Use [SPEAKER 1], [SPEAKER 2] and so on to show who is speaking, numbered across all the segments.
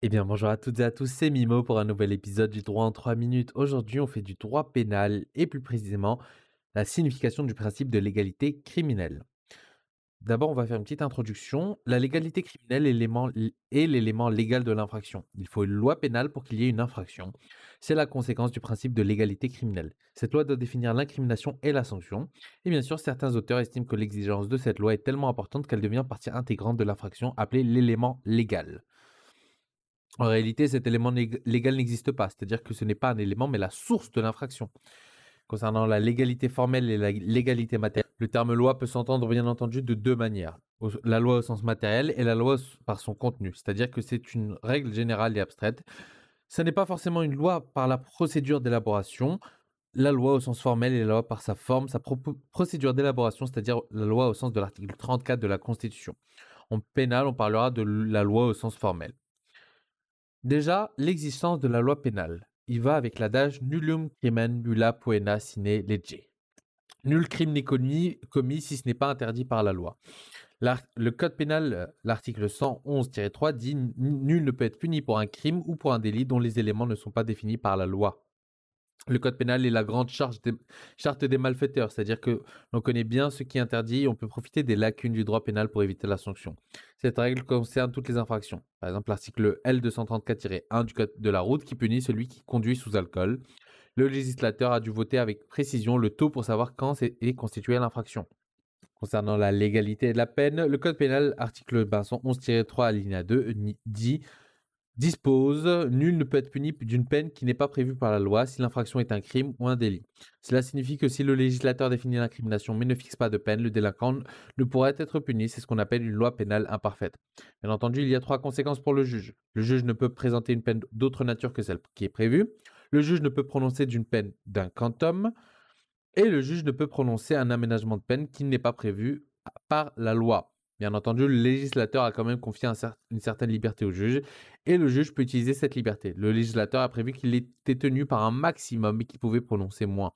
[SPEAKER 1] Eh bien, bonjour à toutes et à tous, c'est Mimo pour un nouvel épisode du droit en 3 minutes. Aujourd'hui, on fait du droit pénal et plus précisément la signification du principe de légalité criminelle. D'abord, on va faire une petite introduction. La légalité criminelle est l'élément légal de l'infraction. Il faut une loi pénale pour qu'il y ait une infraction. C'est la conséquence du principe de légalité criminelle. Cette loi doit définir l'incrimination et la sanction. Et bien sûr, certains auteurs estiment que l'exigence de cette loi est tellement importante qu'elle devient partie intégrante de l'infraction appelée l'élément légal. En réalité, cet élément légal n'existe pas, c'est-à-dire que ce n'est pas un élément, mais la source de l'infraction. Concernant la légalité formelle et la légalité matérielle, le terme loi peut s'entendre bien entendu de deux manières. La loi au sens matériel et la loi par son contenu, c'est-à-dire que c'est une règle générale et abstraite. Ce n'est pas forcément une loi par la procédure d'élaboration. La loi au sens formel et la loi par sa forme, sa procédure d'élaboration, c'est-à-dire la loi au sens de l'article 34 de la Constitution. En pénal, on parlera de la loi au sens formel. Déjà, l'existence de la loi pénale. Il va avec l'adage nullum crimen nulla poena sine lege. Nul crime n'est commis si ce n'est pas interdit par la loi. Le code pénal, l'article 111-3 dit nul ne peut être puni pour un crime ou pour un délit dont les éléments ne sont pas définis par la loi. Le code pénal est la grande charte des malfaiteurs, c'est-à-dire que l'on connaît bien ce qui est interdit et on peut profiter des lacunes du droit pénal pour éviter la sanction. Cette règle concerne toutes les infractions. Par exemple, l'article L234-1 du code de la route qui punit celui qui conduit sous alcool. Le législateur a dû voter avec précision le taux pour savoir quand est constituée l'infraction. Concernant la légalité de la peine, le code pénal, article 111-3 alinéa 2, dispose, nul ne peut être puni d'une peine qui n'est pas prévue par la loi si l'infraction est un crime ou un délit. Cela signifie que si le législateur définit l'incrimination mais ne fixe pas de peine, le délinquant ne pourrait être puni. C'est ce qu'on appelle une loi pénale imparfaite. Bien entendu, il y a trois conséquences pour le juge. Le juge ne peut présenter une peine d'autre nature que celle qui est prévue. Le juge ne peut prononcer d'une peine d'un quantum. Et le juge ne peut prononcer un aménagement de peine qui n'est pas prévu par la loi. Bien entendu, le législateur a quand même confié une certaine liberté au juge et le juge peut utiliser cette liberté. Le législateur a prévu qu'il était tenu par un maximum et qu'il pouvait prononcer moins.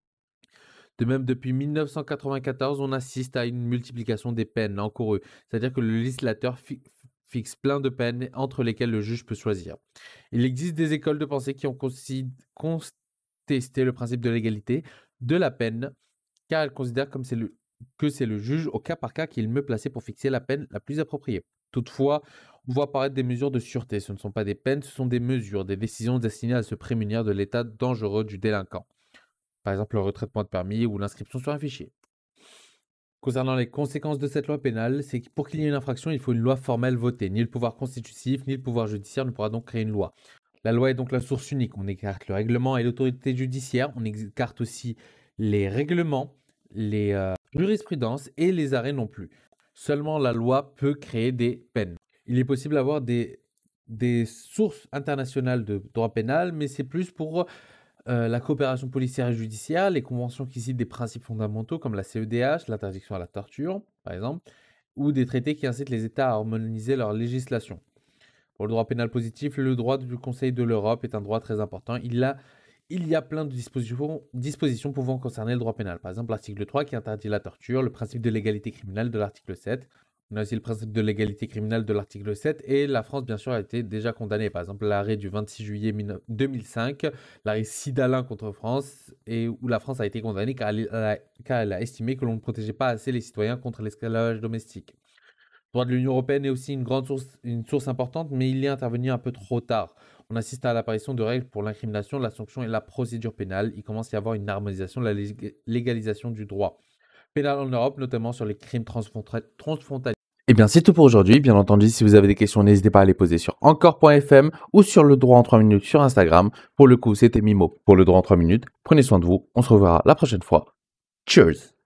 [SPEAKER 1] De même, depuis 1994, on assiste à une multiplication des peines encourues, c'est-à-dire que le législateur fixe plein de peines entre lesquelles le juge peut choisir. Il existe des écoles de pensée qui ont contesté le principe de l'égalité de la peine, car elles considèrent que c'est le juge au cas par cas qui est le mieux placé pour fixer la peine la plus appropriée. Toutefois, on voit apparaître des mesures de sûreté. Ce ne sont pas des peines, ce sont des mesures, des décisions destinées à se prémunir de l'état dangereux du délinquant. Par exemple, le retraitement de permis ou l'inscription sur un fichier. Concernant les conséquences de cette loi pénale, c'est que pour qu'il y ait une infraction, il faut une loi formelle votée. Ni le pouvoir constitutif, ni le pouvoir judiciaire ne pourra donc créer une loi. La loi est donc la source unique. On écarte le règlement et l'autorité judiciaire. On écarte aussi les règlements, les jurisprudences et les arrêts non plus. Seulement la loi peut créer des peines. Il est possible d'avoir des sources internationales de droit pénal, mais c'est plus pour la coopération policière et judiciaire, les conventions qui citent des principes fondamentaux comme la CEDH, l'interdiction à la torture, par exemple, ou des traités qui incitent les États à harmoniser leur législation. Pour le droit pénal positif, le droit du Conseil de l'Europe est un droit très important. Il y a plein de dispositions pouvant concerner le droit pénal. Par exemple, l'article 3 qui interdit la torture, le principe de l'égalité criminelle de l'article 7. On a aussi le principe de l'égalité criminelle de l'article 7 et la France, bien sûr, a été déjà condamnée. Par exemple, l'arrêt du 26 juillet 2005, l'arrêt Sidalin contre France, et où la France a été condamnée car elle a estimé que l'on ne protégeait pas assez les citoyens contre l'esclavage domestique. Le droit de l'Union européenne est aussi une source importante, mais il est intervenu un peu trop tard. On assiste à l'apparition de règles pour l'incrimination, la sanction et la procédure pénale. Il commence à y avoir une harmonisation de la légalisation du droit pénal en Europe, notamment sur les crimes transfrontaliers. Eh bien, c'est tout pour aujourd'hui. Bien entendu, si vous avez des questions, n'hésitez pas à les poser sur encore.fm ou sur le droit en 3 minutes sur Instagram. Pour le coup, c'était Mimo pour le droit en 3 minutes. Prenez soin de vous. On se reverra la prochaine fois. Cheers!